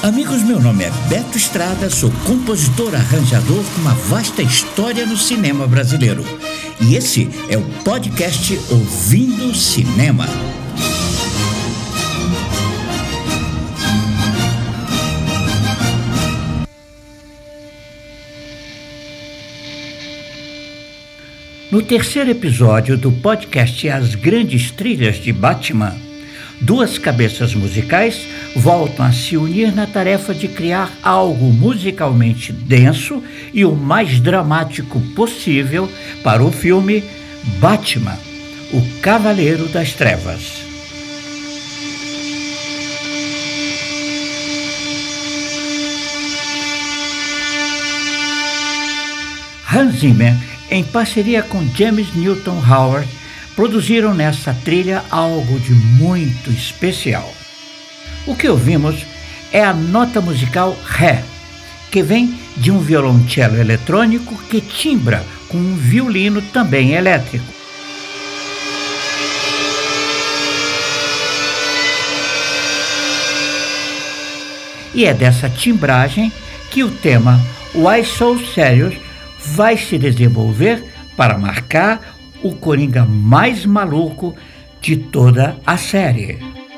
Amigos, meu nome é Beto Estrada, sou compositor arranjador com uma vasta história no cinema brasileiro. E esse é o podcast Ouvindo Cinema. No terceiro episódio do podcast As Grandes Trilhas de Batman, duas cabeças musicais voltam a se unir na tarefa de criar algo musicalmente denso e o mais dramático possível para o filme Batman, o Cavaleiro das Trevas. Hans Zimmer, em parceria com James Newton Howard, produziram nessa trilha algo de muito especial. O que ouvimos é a nota musical Ré, que vem de um violoncelo eletrônico que timbra com um violino também elétrico. E é dessa timbragem que o tema Why So Serious vai se desenvolver para marcar o Coringa mais maluco de toda a série.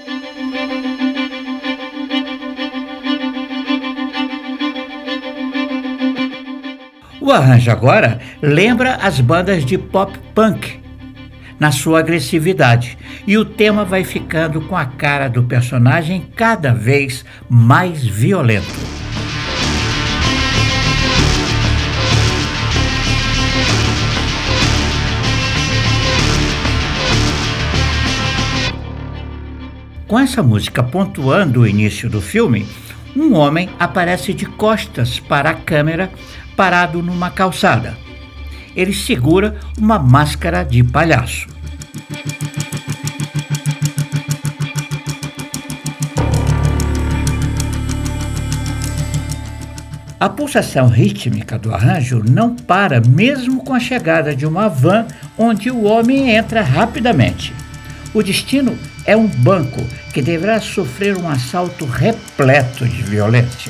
O arranjo agora lembra as bandas de pop punk na sua agressividade, e o tema vai ficando com a cara do personagem cada vez mais violento. Com essa música pontuando o início do filme, um homem aparece de costas para a câmera, parado numa calçada. Ele segura uma máscara de palhaço. A pulsação rítmica do arranjo não para mesmo com a chegada de uma van onde o homem entra rapidamente. O destino é um banco que deverá sofrer um assalto repleto de violência.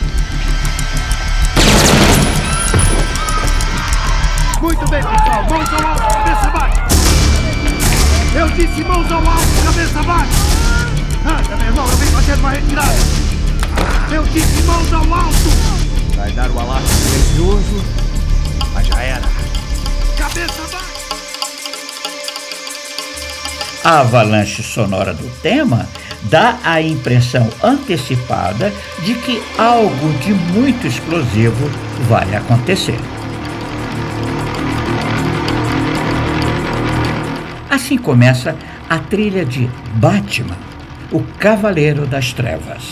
Muito bem, pessoal. Mãos ao alto, cabeça baixa. Eu disse mãos ao alto, cabeça baixa. Anda, meu irmão, eu venho fazendo uma retirada. Eu disse mãos ao alto. Vai dar o alarme silencioso, mas já era. Cabeça baixa. A avalanche sonora do tema dá a impressão antecipada de que algo de muito explosivo vai acontecer. Assim começa a trilha de Batman, o Cavaleiro das Trevas.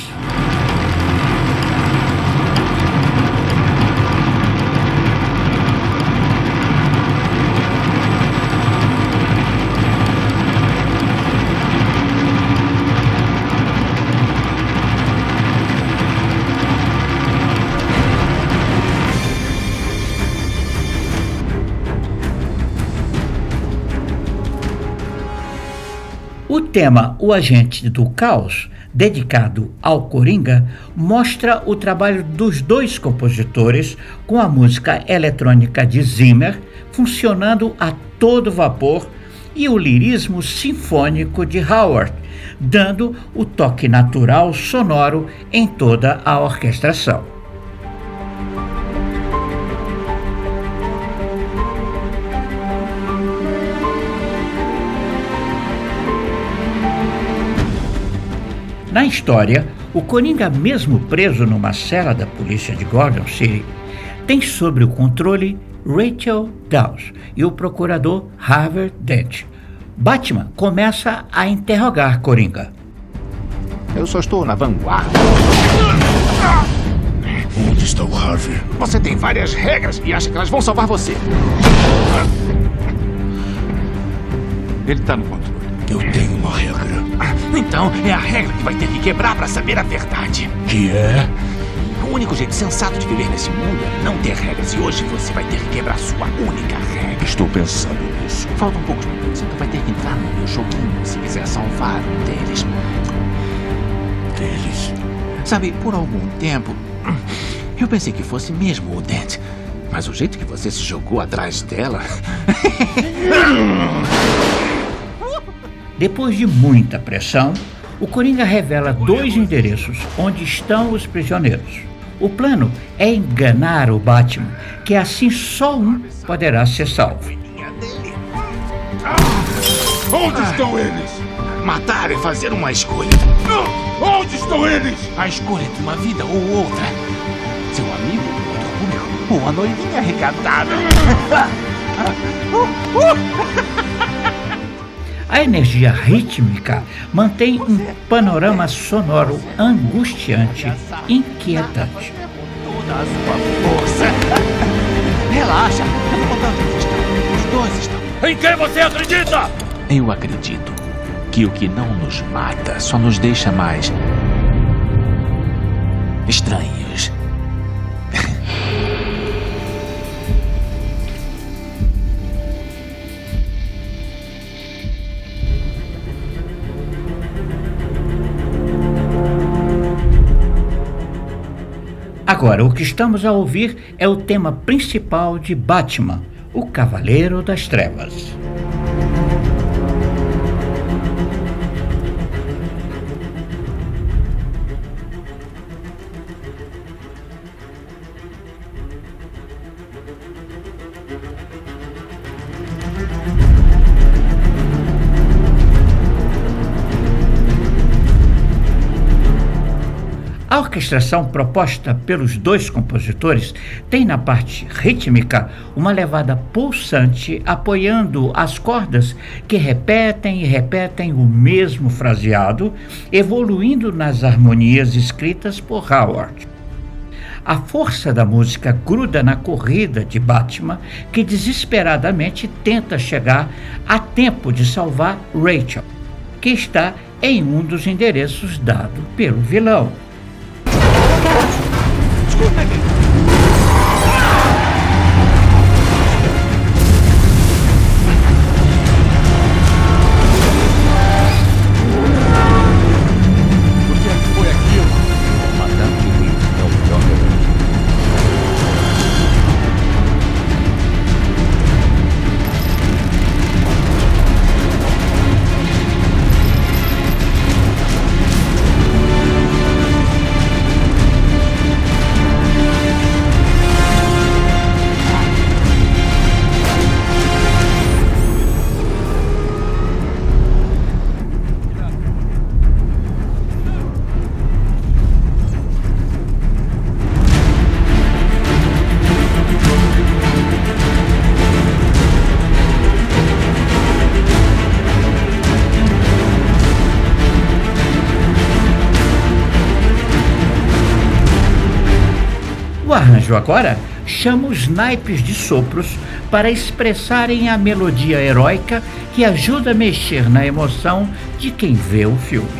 O tema O Agente do Caos, dedicado ao Coringa, mostra o trabalho dos dois compositores com a música eletrônica de Zimmer funcionando a todo vapor e o lirismo sinfônico de Howard, dando o toque natural sonoro em toda a orquestração. Na história, o Coringa, mesmo preso numa cela da polícia de Gotham City, tem sob o controle Rachel Dawes e o procurador Harvey Dent. Batman começa a interrogar Coringa. Eu só estou na vanguarda. Onde está o Harvey? Você tem várias regras e acha que elas vão salvar você. Ele está no controle. Eu tenho uma regra. Então é a regra que vai ter que quebrar para saber a verdade. Que é? O único jeito sensato de viver nesse mundo é não ter regras. E hoje você vai ter que quebrar sua única regra. Estou pensando nisso. Faltam poucos minutos, então vai ter que entrar no meu joguinho se quiser salvar um deles. Deles? Sabe, por algum tempo, eu pensei que fosse mesmo o Dent. Mas o jeito que você se jogou atrás dela... Depois de muita pressão, o Coringa revela 2 endereços onde estão os prisioneiros. O plano é enganar o Batman, que assim só um poderá ser salvo. Onde estão eles? Matar é fazer uma escolha. Onde estão eles? A escolha de uma vida ou outra. Seu amigo do outro público ou a noivinha arregatada. A energia rítmica mantém um panorama sonoro angustiante, inquietante. Toda a sua força. Relaxa, não importa onde estão. Os 2 estão. Em quem você acredita? Eu acredito que o que não nos mata só nos deixa mais estranhos. Agora, o que estamos a ouvir é o tema principal de Batman, o Cavaleiro das Trevas. A orquestração proposta pelos 2 compositores tem na parte rítmica uma levada pulsante apoiando as cordas que repetem e repetem o mesmo fraseado, evoluindo nas harmonias escritas por Howard. A força da música gruda na corrida de Batman, que desesperadamente tenta chegar a tempo de salvar Rachel, que está em um dos endereços dado pelo vilão. Escuta aqui. O que é que foi aquilo? Comandante Lee é o pior vilão. O arranjo agora chama os naipes de sopros para expressarem a melodia heróica que ajuda a mexer na emoção de quem vê o filme.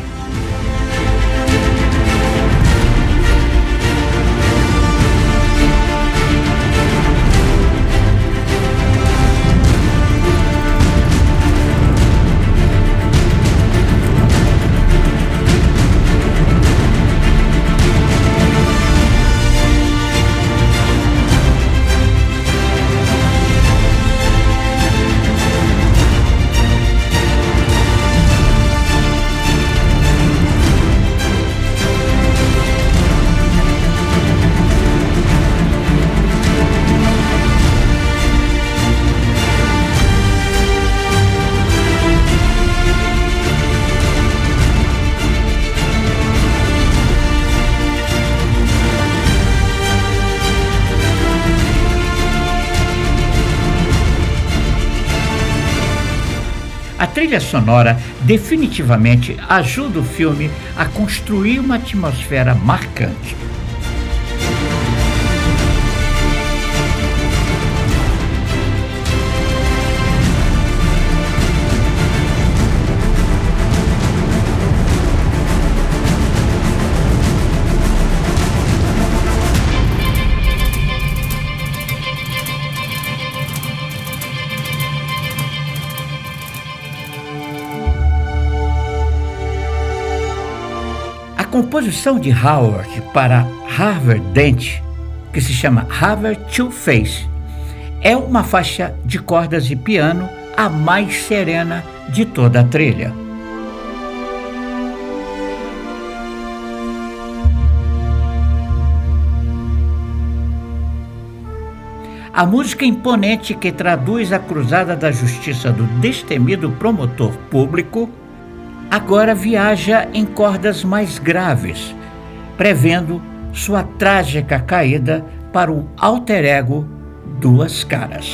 A trilha sonora definitivamente ajuda o filme a construir uma atmosfera marcante. A composição de Howard para Harvard Dent, que se chama Harvard Two-Face, é uma faixa de cordas e piano a mais serena de toda a trilha. A música imponente que traduz a cruzada da justiça do destemido promotor público agora viaja em cordas mais graves, prevendo sua trágica caída para o alter ego Duas Caras.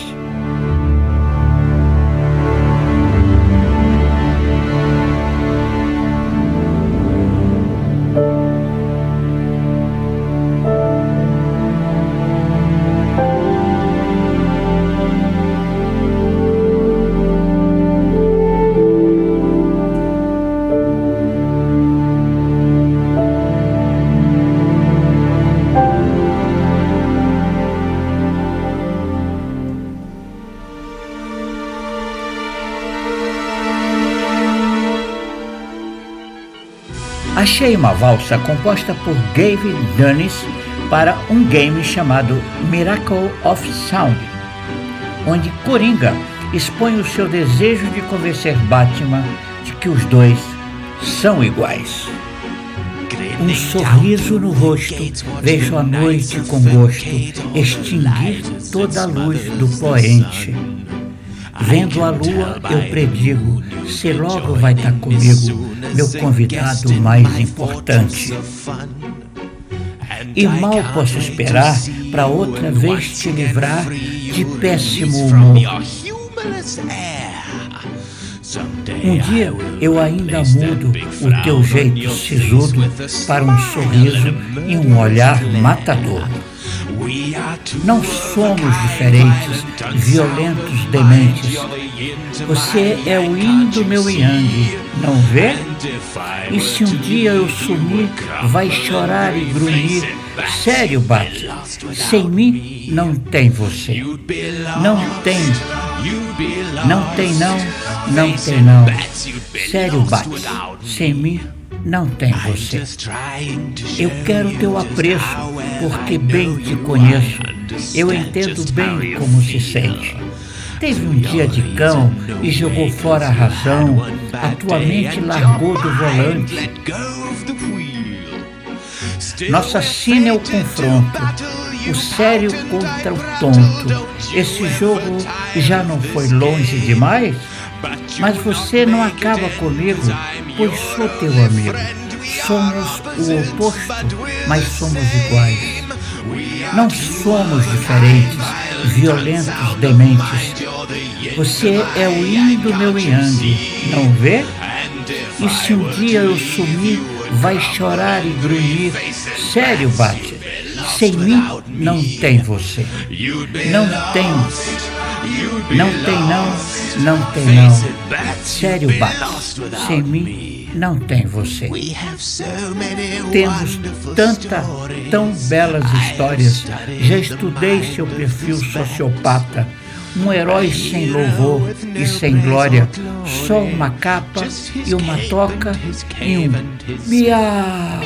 Achei uma valsa composta por Gavin Duniz para um game chamado Miracle of Sound, onde Coringa expõe o seu desejo de convencer Batman de que os dois são iguais. Um sorriso no rosto, vejo a noite com gosto extinguir toda a luz do poente. Vendo a lua, eu predigo, se logo vai estar comigo, meu convidado mais importante. E mal posso esperar para outra vez te livrar de péssimo humor. Um dia eu ainda mudo o teu jeito sisudo para um sorriso e um olhar matador. Não somos diferentes, violentos dementes. Você é o yin do meu yang, não vê? E se um dia eu sumir, vai chorar e grunhir. Sério, Bat, sem mim não tem você. Não tem. Não tem não, não tem não. Sério, Bat, sem mim não tem você. Eu quero teu apreço, porque bem te conheço. Eu entendo bem como se sente. Teve um dia de cão e jogou fora a razão. A tua mente largou do volante. Nossa sina é o confronto, o sério contra o tonto. Esse jogo já não foi longe demais? Mas você não acaba comigo, pois sou teu amigo. Somos o oposto, mas somos iguais. Não somos diferentes, violentos dementes. Você é o yin do meu yang, não vê? E se um dia eu sumir, vai chorar e grunhir. Sério, Bat, sem mim não tem você. Não tem. Não tem não, não tem não. Sério, Bat, sem mim não tem você. Temos tão belas histórias. Já estudei seu perfil sociopata. Um herói sem louvor e sem glória. Só uma capa e uma toca e um miau.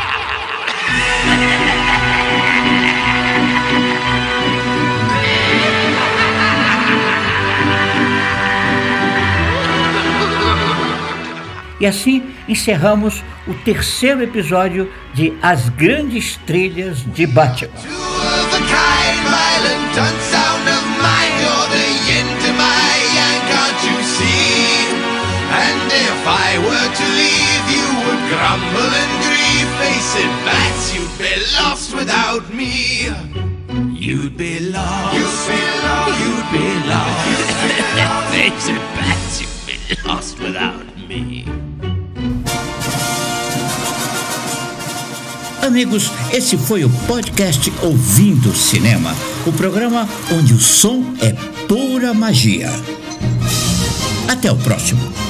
E assim encerramos o terceiro episódio de As Grandes Trilhas de Batman. You'd be lost. You'd be lost. Face it, Bats, you'd be lost without me. Amigos, esse foi o podcast Ouvindo Cinema, o programa onde o som é pura magia. Até o próximo.